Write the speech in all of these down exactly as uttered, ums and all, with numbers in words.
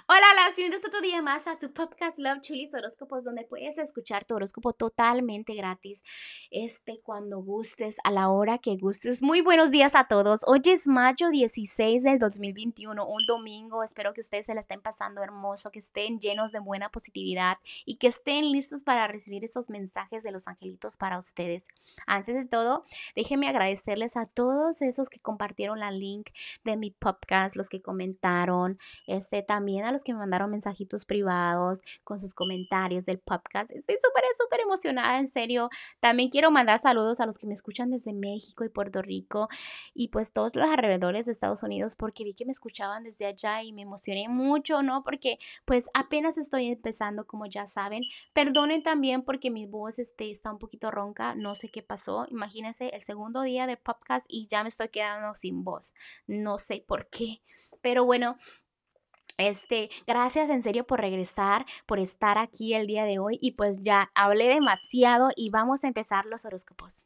Hola, las bienvenidos otro día más a tu podcast Love Chulis Horóscopos, donde puedes escuchar tu horóscopo totalmente gratis, este, cuando gustes, a la hora que gustes. Muy buenos días a todos. Hoy es mayo dieciséis del dos mil veintiuno, un domingo. Espero que ustedes se la estén pasando hermoso, que estén llenos de buena positividad y que estén listos para recibir estos mensajes de los angelitos para ustedes. Antes de todo, déjenme agradecerles a todos esos que compartieron la link de mi podcast, los que comentaron, este, también a los que me mandaron mensajitos privados con sus comentarios del podcast. Estoy súper, súper emocionada, en serio. También quiero mandar saludos a los que me escuchan desde México y Puerto Rico y pues todos los alrededores de Estados Unidos, porque vi que me escuchaban desde allá y me emocioné mucho, ¿no? Porque pues apenas estoy empezando, como ya saben. Perdonen también porque mi voz este, está un poquito ronca, no sé qué pasó. Imagínense el segundo día de podcast y ya me estoy quedando sin voz. No sé por qué, pero bueno. Este, gracias en serio por regresar, por estar aquí el día de hoy y pues ya hablé demasiado y vamos a empezar los horóscopos.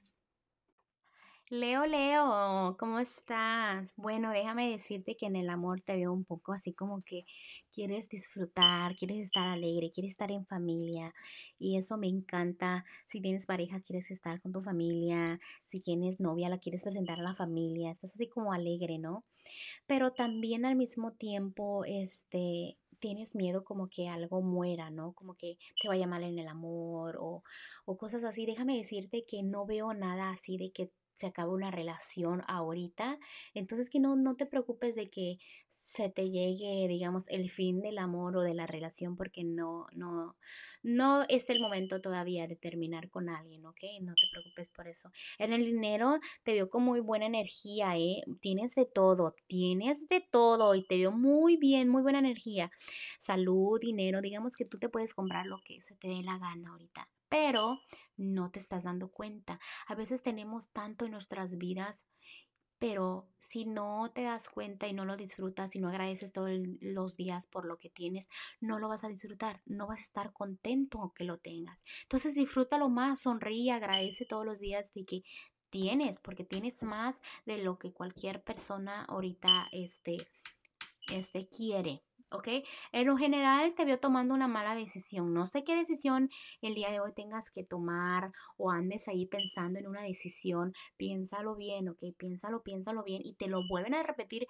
Leo, Leo, ¿cómo estás? Bueno, déjame decirte que en el amor te veo un poco así como que quieres disfrutar, quieres estar alegre, quieres estar en familia y eso me encanta. Si tienes pareja, quieres estar con tu familia, si tienes novia, la quieres presentar a la familia, estás así como alegre, ¿no? Pero también al mismo tiempo, este, tienes miedo como que algo muera, ¿no? Como que te vaya mal en el amor o, o cosas así. Déjame decirte que no veo nada así de que se acabe una relación ahorita. Entonces que no, no te preocupes de que se te llegue, digamos, el fin del amor o de la relación porque no, no, no es el momento todavía de terminar con alguien, ¿ok? No te preocupes por eso. En el dinero te veo con muy buena energía, ¿eh? Tienes de todo, tienes de todo y te veo muy bien, muy buena energía. Salud, dinero, digamos que tú te puedes comprar lo que se te dé la gana ahorita, pero no te estás dando cuenta. A veces tenemos tanto en nuestras vidas, pero si no te das cuenta y no lo disfrutas y no agradeces todos los días por lo que tienes, no lo vas a disfrutar, no vas a estar contento aunque lo tengas. Entonces disfrútalo más, sonríe, agradece todos los días de que tienes, porque tienes más de lo que cualquier persona ahorita este, este quiere. ¿Ok? En lo general te veo tomando una mala decisión. No sé qué decisión el día de hoy tengas que tomar o andes ahí pensando en una decisión. Piénsalo bien, ¿ok? Piénsalo, piénsalo bien y te lo vuelven a repetir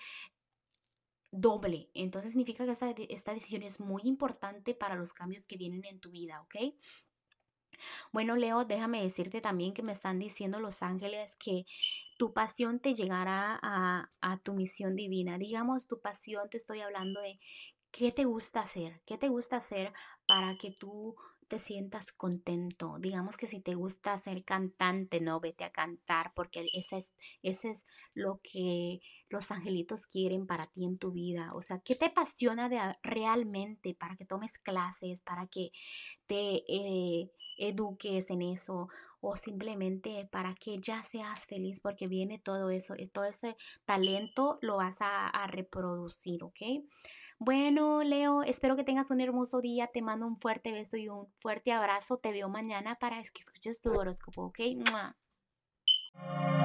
doble. Entonces significa que esta, esta decisión es muy importante para los cambios que vienen en tu vida, ¿ok? Bueno, Leo, déjame decirte también que me están diciendo los ángeles que tu pasión te llegará a, a tu misión divina. Digamos, tu pasión, te estoy hablando de qué te gusta hacer, qué te gusta hacer para que tú te sientas contento. Digamos que si te gusta ser cantante, no, vete a cantar, porque ese es, ese es lo que los angelitos quieren para ti en tu vida. O sea, ¿qué te apasiona de, realmente para que tomes clases, para que te eh, eduques en eso o simplemente para que ya seas feliz porque viene todo eso, eh, todo ese talento lo vas a, a reproducir, ¿ok? Bueno, Leo, espero que tengas un hermoso día, te mando un fuerte beso y un fuerte abrazo, te veo mañana para que escuches tu horóscopo, ¿ok? ¡Mua!